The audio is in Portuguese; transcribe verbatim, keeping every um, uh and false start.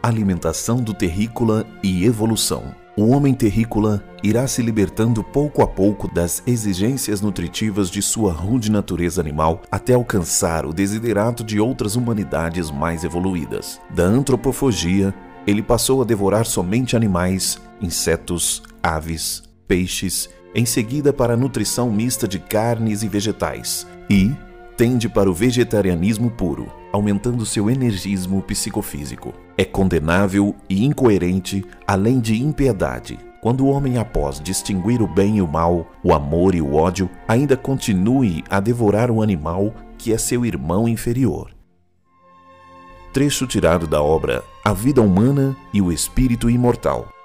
alimentação do terrícola e evolução. O homem terrícola irá se libertando pouco a pouco das exigências nutritivas de sua rude natureza animal até alcançar o desiderato de outras humanidades mais evoluídas. Da antropofagia, ele passou a devorar somente animais, insetos, aves, peixes, em seguida para a nutrição mista de carnes e vegetais, e tende para o vegetarianismo puro, aumentando seu energismo psicofísico. É condenável e incoerente, além de impiedade, quando o homem, após distinguir o bem e o mal, o amor e o ódio, ainda continue a devorar o animal que é seu irmão inferior. Trecho tirado da obra A Vida Humana e o Espírito Imortal,